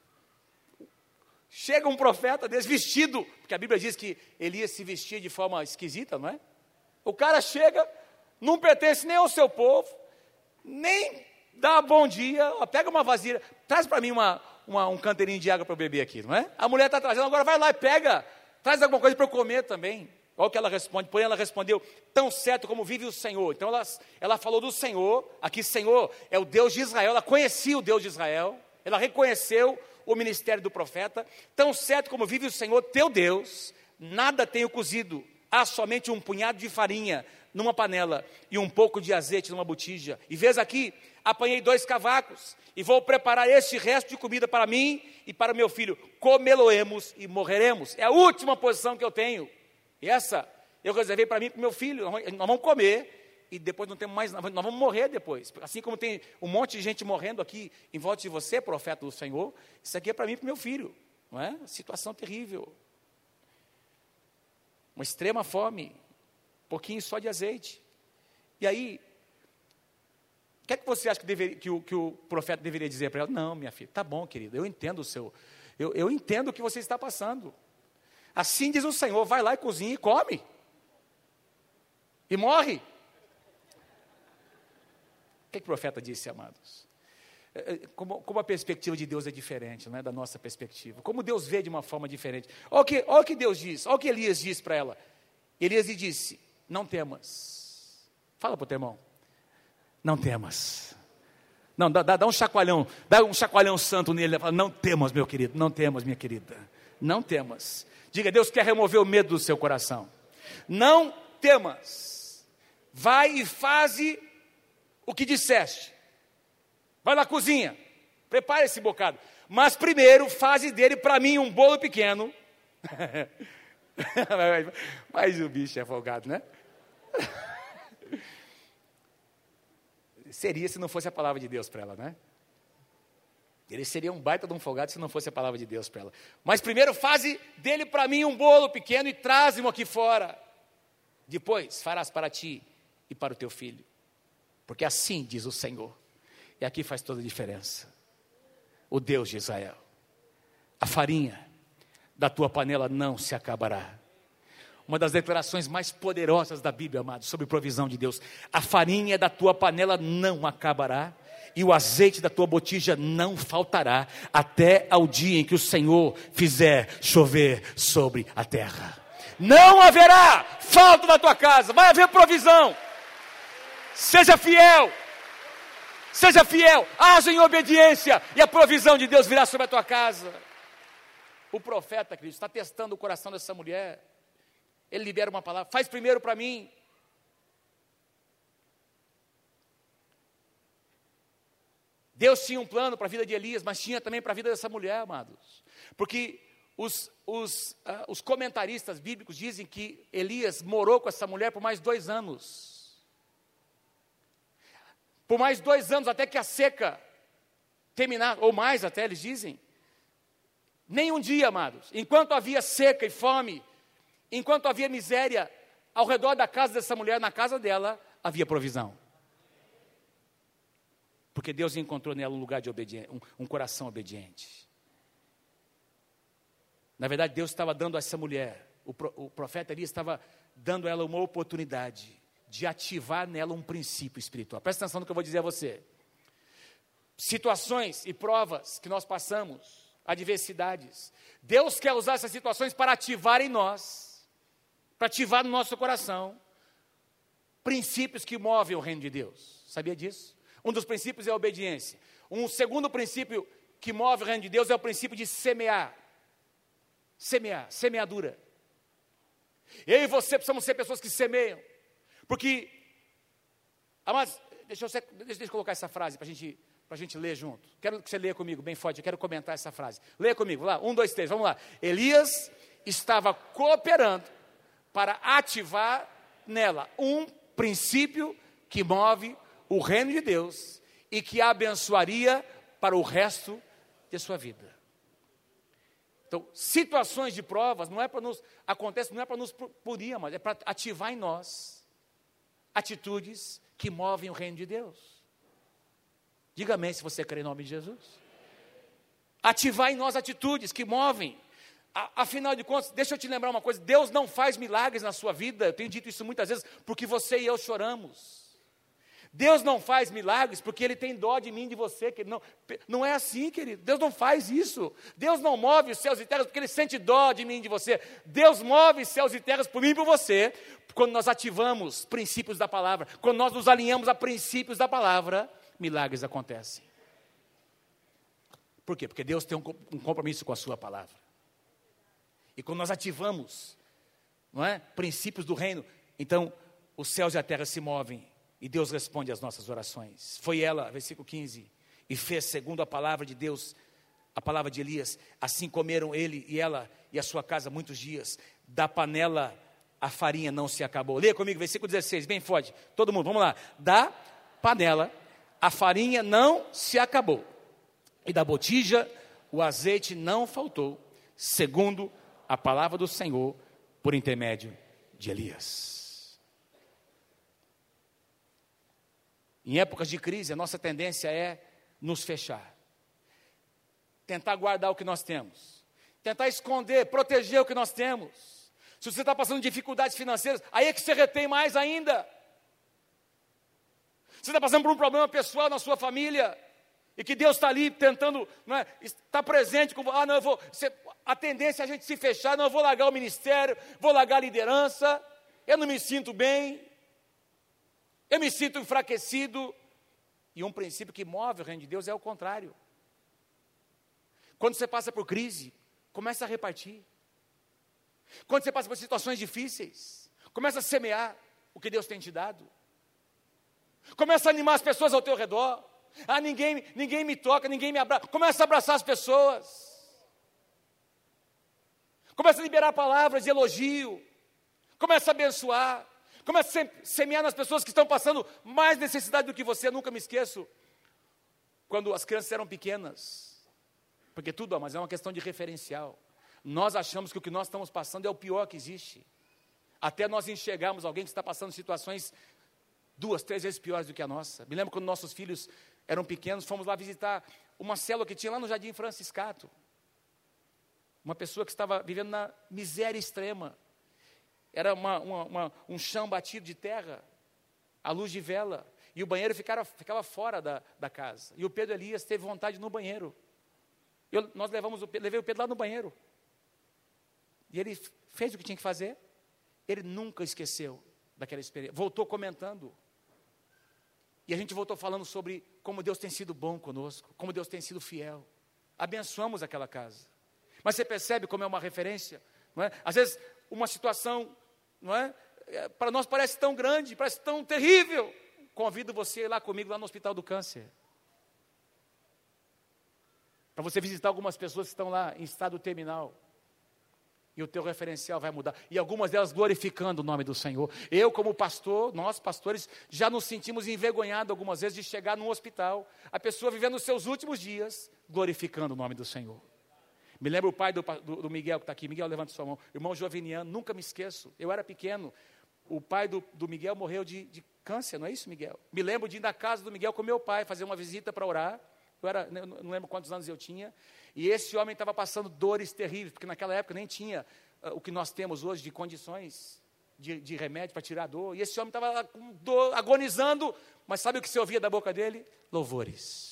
Speaker 1: Chega um profeta desvestido, porque a Bíblia diz que Elias se vestia de forma esquisita, não é? O cara chega, não pertence nem ao seu povo, nem dá bom dia, ó, pega uma vasilha, traz para mim uma, uma, um canteirinho de água para eu beber aqui, não é? A mulher está trazendo, agora vai lá e pega, traz alguma coisa para eu comer também. Olha o que ela responde, porém ela respondeu, tão certo como vive o Senhor. Então ela, ela falou do Senhor, aqui Senhor é o Deus de Israel, ela conhecia o Deus de Israel, ela reconheceu o ministério do profeta, tão certo como vive o Senhor teu Deus, nada tenho cozido, há somente um punhado de farinha numa panela e um pouco de azeite numa botija. E vês aqui, apanhei dois cavacos e vou preparar este resto de comida para mim e para meu filho. Comê-lo-emos e morreremos. É a última posição que eu tenho. E essa eu reservei para mim e para meu filho. Nós vamos comer e depois não temos mais, nós vamos morrer depois. Assim como tem um monte de gente morrendo aqui em volta de você, profeta do Senhor, isso aqui é para mim e para meu filho. Não é? Situação terrível. Uma extrema fome. pouquinho só de azeite. E aí, o que é que você acha que, deveria, que, o, que o profeta deveria dizer para ela? Não, minha filha, tá bom, querida, eu entendo o seu, eu, eu entendo o que você está passando. Assim diz o Senhor, vai lá e cozinha e come. E morre. O que, é que o profeta disse, amados? Como, como a perspectiva de Deus é diferente, não é da nossa perspectiva. Como Deus vê de uma forma diferente. Olha o que, olha o que Deus diz, olha o que Elias diz para ela. Elias lhe disse, não temas. Fala para o teu irmão. Não temas. Não, dá, dá, dá um chacoalhão, dá um chacoalhão santo nele. Fala, não temas, meu querido, não temas, minha querida. Não temas. Diga, Deus quer remover o medo do seu coração. Não temas. Vai e faze o que disseste. Vai na cozinha, prepara esse bocado. Mas primeiro, faze dele para mim um bolo pequeno. Mas o bicho é folgado, né? Seria se não fosse a palavra de Deus para ela, né? Ele seria um baita de um folgado se não fosse a palavra de Deus para ela. Mas primeiro, faze dele para mim um bolo pequeno e traze-mo aqui fora. Depois, farás para ti e para o teu filho. Porque assim diz o Senhor. E aqui faz toda a diferença. O Deus de Israel. A farinha da tua panela não se acabará. Uma das declarações mais poderosas da Bíblia, amados, sobre provisão de Deus. A farinha da tua panela não acabará. E o azeite da tua botija não faltará. Até ao dia em que o Senhor fizer chover sobre a terra. Não haverá falta na tua casa. Vai haver provisão. Seja fiel. Seja fiel, haja em obediência, e a provisão de Deus virá sobre a tua casa. O profeta, Cristo, está testando o coração dessa mulher. Ele libera uma palavra, faz primeiro para mim. Deus tinha um plano para a vida de Elias, mas tinha também para a vida dessa mulher, amados. Porque os, os, uh, os comentaristas bíblicos dizem que Elias morou com essa mulher por mais dois anos. Por mais dois anos, até que a seca terminar, ou mais até, eles dizem. Nem um dia, amados. Enquanto havia seca e fome, enquanto havia miséria, ao redor da casa dessa mulher, na casa dela, havia provisão. Porque Deus encontrou nela um lugar de obediência, um, um coração obediente. Na verdade, Deus estava dando a essa mulher, o, pro, o profeta Elias estava dando a ela uma oportunidade de ativar nela um princípio espiritual. Presta atenção no que eu vou dizer a você. Situações e provas que nós passamos, adversidades. Deus quer usar essas situações para ativar em nós, para ativar no nosso coração, princípios que movem o reino de Deus. Sabia disso? Um dos princípios é a obediência. Um segundo princípio que move o reino de Deus é o princípio de semear. Semear, semeadura. Eu e você precisamos ser pessoas que semeiam. Porque, amados, deixa eu, deixa eu colocar essa frase para gente, a gente ler junto. Quero que você leia comigo, bem forte, eu quero comentar essa frase. Leia comigo, lá, um, dois, três, vamos lá. Elias estava cooperando para ativar nela um princípio que move o reino de Deus e que a abençoaria para o resto de sua vida. Então, situações de provas não é para nos, acontece, não é para nos punir, mas é para ativar em nós atitudes que movem o reino de Deus. Diga amém se você crê em nome de Jesus. Ativar em nós atitudes que movem. A, afinal de contas, deixa eu te lembrar uma coisa, Deus não faz milagres na sua vida, eu tenho dito isso muitas vezes, porque você e eu choramos. Deus não faz milagres porque Ele tem dó de mim e de você. Que não, não é assim, querido. Deus não faz isso. Deus não move os céus e terras porque Ele sente dó de mim e de você. Deus move céus e terras por mim e por você, quando nós ativamos princípios da palavra, quando nós nos alinhamos a princípios da palavra, milagres acontecem. Por quê? Porque Deus tem um, um compromisso com a sua palavra. E quando nós ativamos, não é, princípios do reino, então os céus e a terra se movem. E Deus responde às nossas orações. Foi ela, versículo quinze, e fez segundo a palavra de Deus, a palavra de Elias. Assim comeram ele e ela e a sua casa muitos dias. Da panela a farinha não se acabou. Leia comigo, versículo dezesseis, bem forte. Todo mundo, vamos lá. Da panela a farinha não se acabou. E da botija o azeite não faltou, segundo a palavra do Senhor, por intermédio de Elias. Em épocas de crise, a nossa tendência é nos fechar. Tentar guardar o que nós temos. Tentar esconder, proteger o que nós temos. Se você está passando dificuldades financeiras, aí é que você retém mais ainda. Você está passando por um problema pessoal na sua família, e que Deus está ali tentando, não é, está presente, com, ah não, eu vou, você, a tendência é a gente se fechar, não, eu vou largar o ministério, vou largar a liderança, eu não me sinto bem, eu me sinto enfraquecido. E um princípio que move o reino de Deus é o contrário. Quando você passa por crise, começa a repartir. Quando você passa por situações difíceis, começa a semear o que Deus tem te dado. Começa a animar as pessoas ao teu redor. Ah, ninguém, ninguém me toca, ninguém me abraça. Começa a abraçar as pessoas. Começa a liberar palavras de elogio. Começa a abençoar. Começa a semear nas pessoas que estão passando mais necessidade do que você. Eu nunca me esqueço quando as crianças eram pequenas. Porque tudo, mas é uma questão de referencial. Nós achamos que o que nós estamos passando é o pior que existe. Até nós enxergarmos alguém que está passando situações duas, três vezes piores do que a nossa. Me lembro quando nossos filhos eram pequenos, fomos lá visitar uma célula que tinha lá no Jardim Franciscato. Uma pessoa que estava vivendo na miséria extrema. Era uma, uma, uma, um chão batido de terra, à luz de vela, e o banheiro ficava, ficava fora da, da casa. E o Pedro Elias teve vontade no banheiro. Eu, nós levamos o, levei o Pedro lá no banheiro. E ele fez o que tinha que fazer. Ele nunca esqueceu daquela experiência. Voltou comentando. E a gente voltou falando sobre como Deus tem sido bom conosco, como Deus tem sido fiel. Abençoamos aquela casa. Mas você percebe como é uma referência? Não é? Às vezes, uma situação, não é? É, para nós parece tão grande, parece tão terrível. Convido você a ir lá comigo, lá no Hospital do Câncer. Para você visitar algumas pessoas que estão lá em estado terminal. E o teu referencial vai mudar. E algumas delas glorificando o nome do Senhor. Eu, como pastor, nós pastores, já nos sentimos envergonhados algumas vezes de chegar num hospital, a pessoa vivendo os seus últimos dias, glorificando o nome do Senhor. Me lembro o pai do, do, do Miguel que está aqui. Miguel, levanta sua mão. Irmão Joviniano, nunca me esqueço. Eu era pequeno. O pai do, do Miguel morreu de, de câncer, não é isso, Miguel? Me lembro de ir na casa do Miguel com meu pai, fazer uma visita para orar. Eu era, não lembro quantos anos eu tinha. E esse homem estava passando dores terríveis, porque naquela época nem tinha uh, o que nós temos hoje de condições de, de remédio para tirar a dor. E esse homem estava lá com dor, agonizando. Mas sabe o que se ouvia da boca dele? Louvores.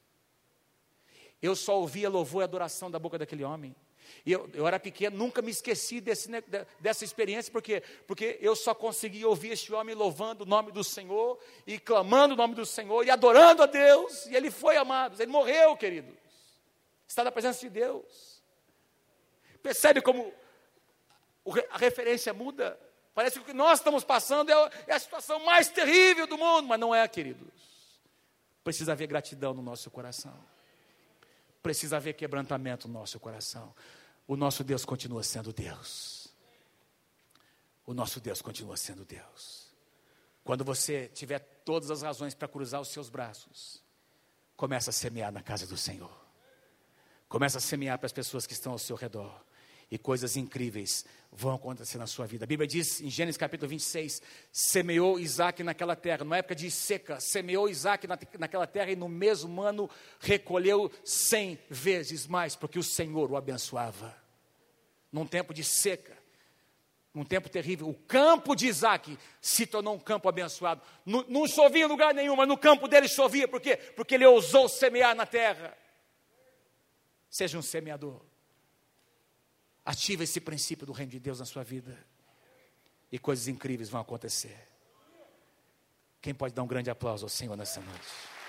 Speaker 1: Eu só ouvia louvor e adoração da boca daquele homem. E eu, eu era pequeno, nunca me esqueci desse, dessa experiência, porque, porque eu só conseguia ouvir este homem louvando o nome do Senhor, e clamando o nome do Senhor, e adorando a Deus. E ele foi, amados, ele morreu, queridos. Está na presença de Deus. Percebe como a referência muda? Parece que o que nós estamos passando é, é a situação mais terrível do mundo, mas não é, queridos. Precisa haver gratidão no nosso coração. Precisa haver quebrantamento no nosso coração. O nosso Deus continua sendo Deus. O nosso Deus continua sendo Deus. Quando você tiver todas as razões para cruzar os seus braços, começa a semear na casa do Senhor. Começa a semear para as pessoas que estão ao seu redor. E coisas incríveis vão acontecer na sua vida. A Bíblia diz em Gênesis capítulo vinte e seis, semeou Isaac naquela terra, numa época de seca, semeou Isaac na, naquela terra e no mesmo ano recolheu cem vezes mais, porque o Senhor o abençoava. Num tempo de seca, num tempo terrível, o campo de Isaac se tornou um campo abençoado. Não, não chovia em lugar nenhum, mas no campo dele chovia, por quê? Porque ele ousou semear na terra. Seja um semeador. Ativa esse princípio do reino de Deus na sua vida. E coisas incríveis vão acontecer. Quem pode dar um grande aplauso ao Senhor nessa noite?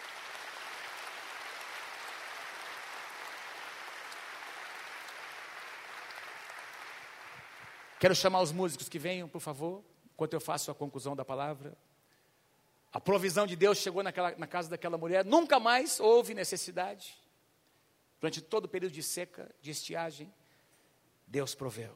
Speaker 1: Quero chamar os músicos que venham, por favor, enquanto eu faço a conclusão da palavra. A provisão de Deus chegou naquela, na casa daquela mulher. Nunca mais houve necessidade. Durante todo o período de seca, de estiagem, Deus proveu.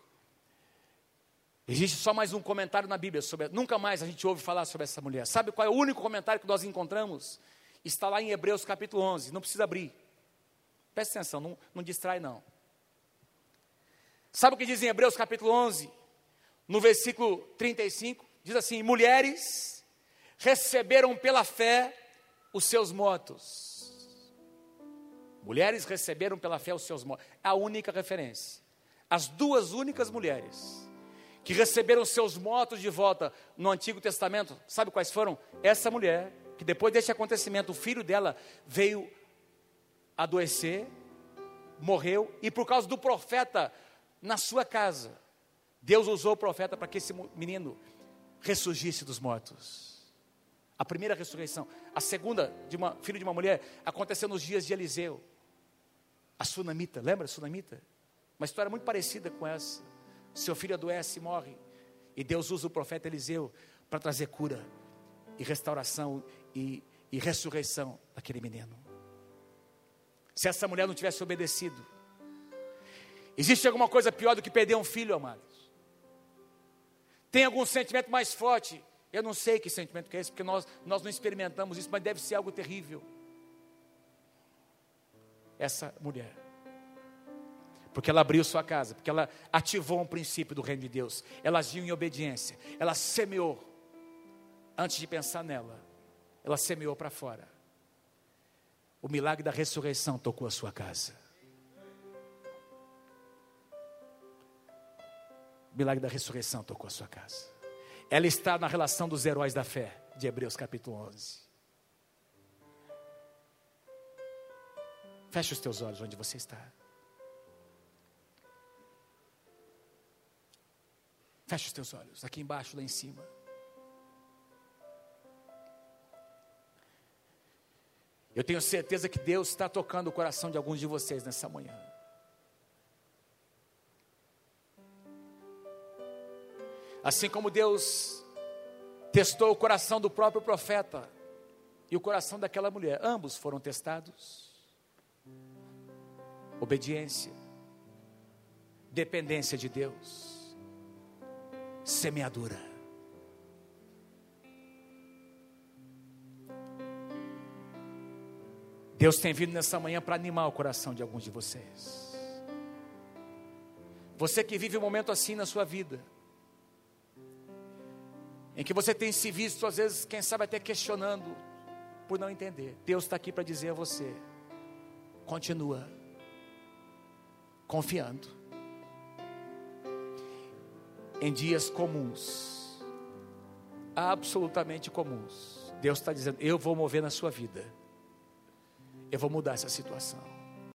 Speaker 1: Existe só mais um comentário na Bíblia sobre, nunca mais a gente ouve falar sobre essa mulher. Sabe qual é o único comentário que nós encontramos? Está lá em Hebreus capítulo onze, não precisa abrir. Presta atenção, não, não distrai não. Sabe o que diz em Hebreus capítulo onze? No versículo trinta e cinco, diz assim: mulheres, receberam pela fé os seus mortos. Mulheres receberam pela fé os seus mortos. A única referência. As duas únicas mulheres que receberam seus mortos de volta no Antigo Testamento, sabe quais foram? Essa mulher, que depois desse acontecimento, o filho dela veio adoecer, morreu, e por causa do profeta na sua casa, Deus usou o profeta para que esse menino ressurgisse dos mortos. A primeira ressurreição. A segunda, de uma, filho de uma mulher, aconteceu nos dias de Eliseu. A sunamita, lembra a sunamita? Uma história muito parecida com essa. Seu filho adoece e morre. E Deus usa o profeta Eliseu para trazer cura e restauração e, e ressurreição daquele menino. Se essa mulher não tivesse obedecido, existe alguma coisa pior do que perder um filho, amados? Tem algum sentimento mais forte? Eu não sei que sentimento que é esse, porque nós, nós não experimentamos isso, mas deve ser algo terrível. Essa mulher, porque ela abriu sua casa, porque ela ativou um princípio do reino de Deus, ela agiu em obediência, ela semeou, antes de pensar nela, ela semeou para fora. O milagre da ressurreição tocou a sua casa. O milagre da ressurreição tocou a sua casa. Ela está na relação dos heróis da fé, de Hebreus capítulo onze. Feche os teus olhos onde você está. Feche os teus olhos, aqui embaixo, lá em cima. Eu tenho certeza que Deus está tocando o coração de alguns de vocês nessa manhã. Assim como Deus testou o coração do próprio profeta e o coração daquela mulher, ambos foram testados. Obediência, dependência de Deus, semeadura. Deus tem vindo nessa manhã para animar o coração de alguns de vocês. Você que vive um momento assim na sua vida, em que você tem se visto, às vezes, quem sabe até questionando, por não entender. Deus está aqui para dizer a você, continua, confiando. Em dias comuns, absolutamente comuns, Deus está dizendo, eu vou mover na sua vida. Eu vou mudar essa situação.